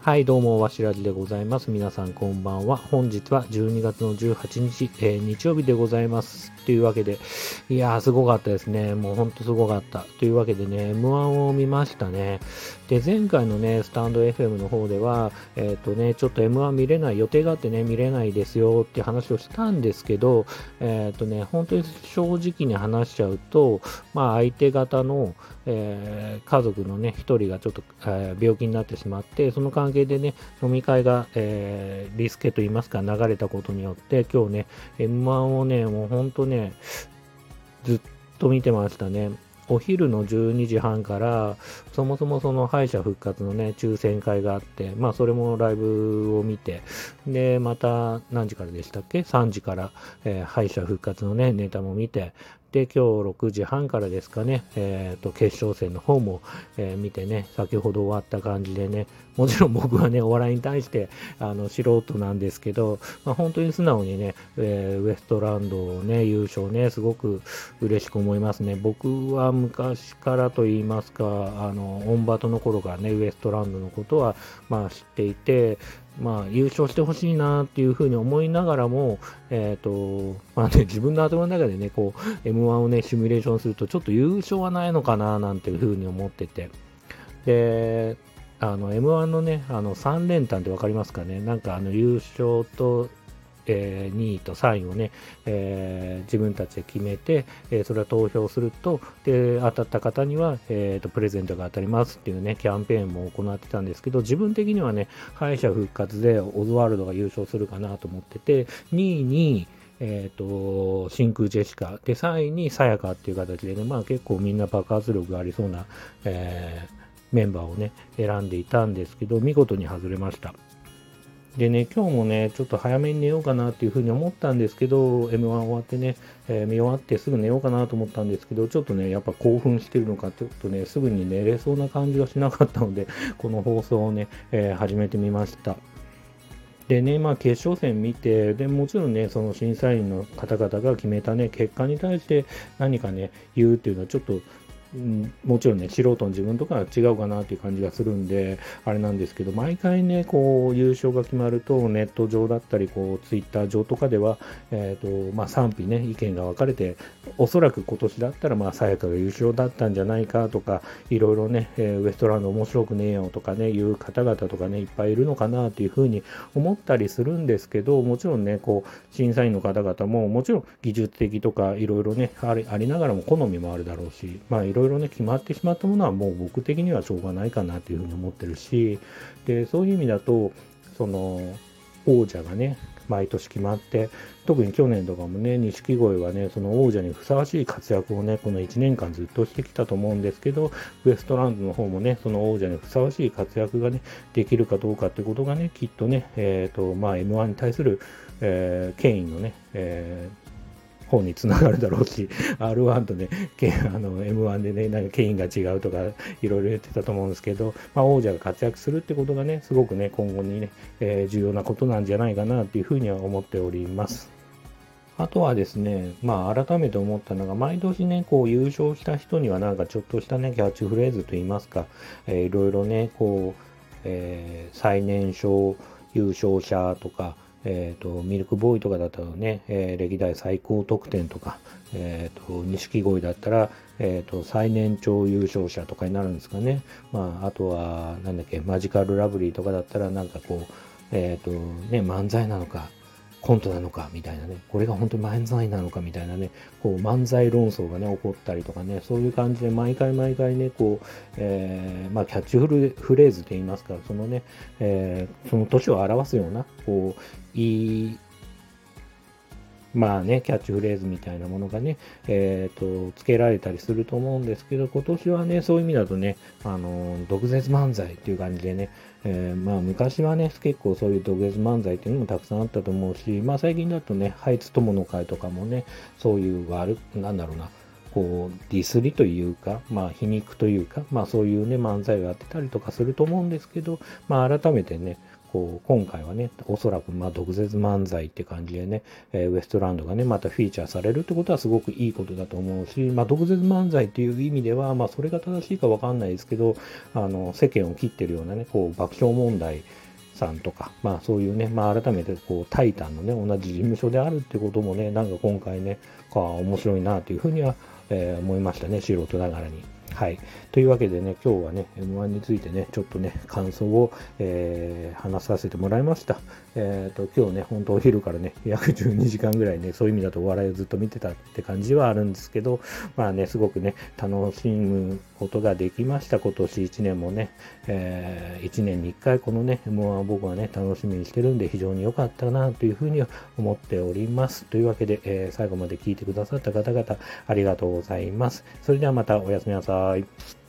はい、どうも、わしらじでございます。皆さん、こんばんは。本日は12月の18日、日曜日でございます。というわけで、いやー、すごかったですね。もうほんとすごかった。というわけでね、M1 を見ましたね。で、前回のね、スタンド FM の方では、ちょっと M1 見れない、予定があってね、見れないですよって話をしたんですけど、本当に正直に話しちゃうと、相手方の、家族のね、一人がちょっと、病気になってしまって、その関係でね、飲み会が、リスケと言いますか、流れたことによって、今日ね、M1 をね、もうほんとね、ずっと見てましたね。お昼の12時半から、そもそもその敗者復活のね、抽選会があって、それもライブを見て、で、また何時からでしたっけ？ 3 時から、敗者復活のね、ネタも見て、で、今日6時半からですかね、決勝戦の方も、見てね、先ほど終わった感じでね、もちろん僕はね、お笑いに対して、素人なんですけど、本当に素直にね、ウエストランドをね、優勝ね、すごく嬉しく思いますね。僕は昔からと言いますか、オンバトの頃からね、ウエストランドのことは、知っていて、優勝してほしいなっていうふうに思いながらも、自分の頭の中でね、こう、M1 をね、シミュレーションすると、ちょっと優勝はないのかななんていうふうに思ってて。で、M1 のね、3連単ってわかりますかね？なんか優勝と、2位と3位をね、自分たちで決めて、それは投票すると、で、当たった方には、プレゼントが当たりますっていうね、キャンペーンも行ってたんですけど、自分的にはね、敗者復活でオズワルドが優勝するかなと思ってて、2位に、真空ジェシカ、で、3位にさやかっていう形でね、結構みんな爆発力がありそうな、メンバーをね、選んでいたんですけど、見事に外れました。でね、今日もね、ちょっと早めに寝ようかなっていうふうに思ったんですけど、M1 終わってね、見終わってすぐ寝ようかなと思ったんですけど、ちょっとね、やっぱ興奮してるのか、ちょっとね、すぐに寝れそうな感じがしなかったので、この放送をね、始めてみました。でね、決勝戦見て、で、もちろんね、その審査員の方々が決めたね、結果に対して何かね、言うっていうのはちょっともちろんね、素人の自分とかは違うかなっていう感じがするんで、あれなんですけど、毎回ね、こう、優勝が決まると、ネット上だったり、こう、ツイッター上とかでは、賛否ね、意見が分かれて、おそらく今年だったら、さやかが優勝だったんじゃないかとか、いろいろね、ウエストランド面白くねえよとかね、いう方々とかね、いっぱいいるのかなっていうふうに思ったりするんですけど、もちろんね、こう、審査員の方々も、もちろん技術的とか、いろいろね、ありながらも好みもあるだろうし、いろいろね、決まってしまったものはもう僕的にはしょうがないかなというふうに思ってるし、で、そういう意味だと、その、王者がね、毎年決まって、特に去年とかもね、錦鯉はね、その王者にふさわしい活躍をね、この1年間ずっとしてきたと思うんですけど、ウエストランドの方もね、その王者にふさわしい活躍がね、できるかどうかってことがね、きっとね、M1 に対する、権威のね、方につながるだろうし、R1 とね、M1 でね、なんか権威が違うとか、いろいろ言ってたと思うんですけど、王者が活躍するってことがね、すごくね、今後にね、重要なことなんじゃないかなっていうふうには思っております。あとはですね、改めて思ったのが、毎年ね、こう優勝した人にはなんかちょっとしたね、キャッチフレーズといいますか、いろいろね、こう、最年少優勝者とか、ミルクボーイとかだったらね、歴代最高得点とか、錦鯉だったら、最年長優勝者とかになるんですかね。あとは、なんだっけ、マジカルラブリーとかだったら、なんかこう、漫才なのか、コントなのかみたいなね、これが本当に漫才なのかみたいなね、こう漫才論争がね、起こったりとかね、そういう感じで毎回毎回ね、こう、キャッチフレーズと言いますか、そのね、その年を表すような、こう、いい、キャッチフレーズみたいなものがね、つけられたりすると思うんですけど、今年はね、そういう意味だとね、毒舌漫才っていう感じでね、昔はね、結構そういう毒舌漫才っていうのもたくさんあったと思うし、最近だとね、ハイツ友の会とかもね、そういうなんだろうな、こう、ディスりというか、皮肉というか、そういうね、漫才をやってたりとかすると思うんですけど、改めてね、 今回はね、おそらく毒舌漫才って感じでね、ウエストランドがね、またフィーチャーされるってことはすごくいいことだと思うし、毒舌漫才っていう意味では、それが正しいかわかんないですけど、世間を切ってるようなね、爆笑問題さんとか、そういうね、改めてタイタンのね、同じ事務所であるってこともね、なんか今回ね、面白いなというふうには、思いましたね、素人ながらに。はい。というわけでね、今日はね、M1 についてね、ちょっとね、感想を、話させてもらいました。今日ね、本当お昼からね、約12時間ぐらいね、そういう意味だとお笑いをずっと見てたって感じはあるんですけど、すごくね、楽しむことができました。今年1年もね、1年に1回このね、M1 は僕はね、楽しみにしてるんで、非常に良かったなというふうに思っております。というわけで、最後まで聞いてくださった方々、ありがとうございます。それではまたおやすみなさい。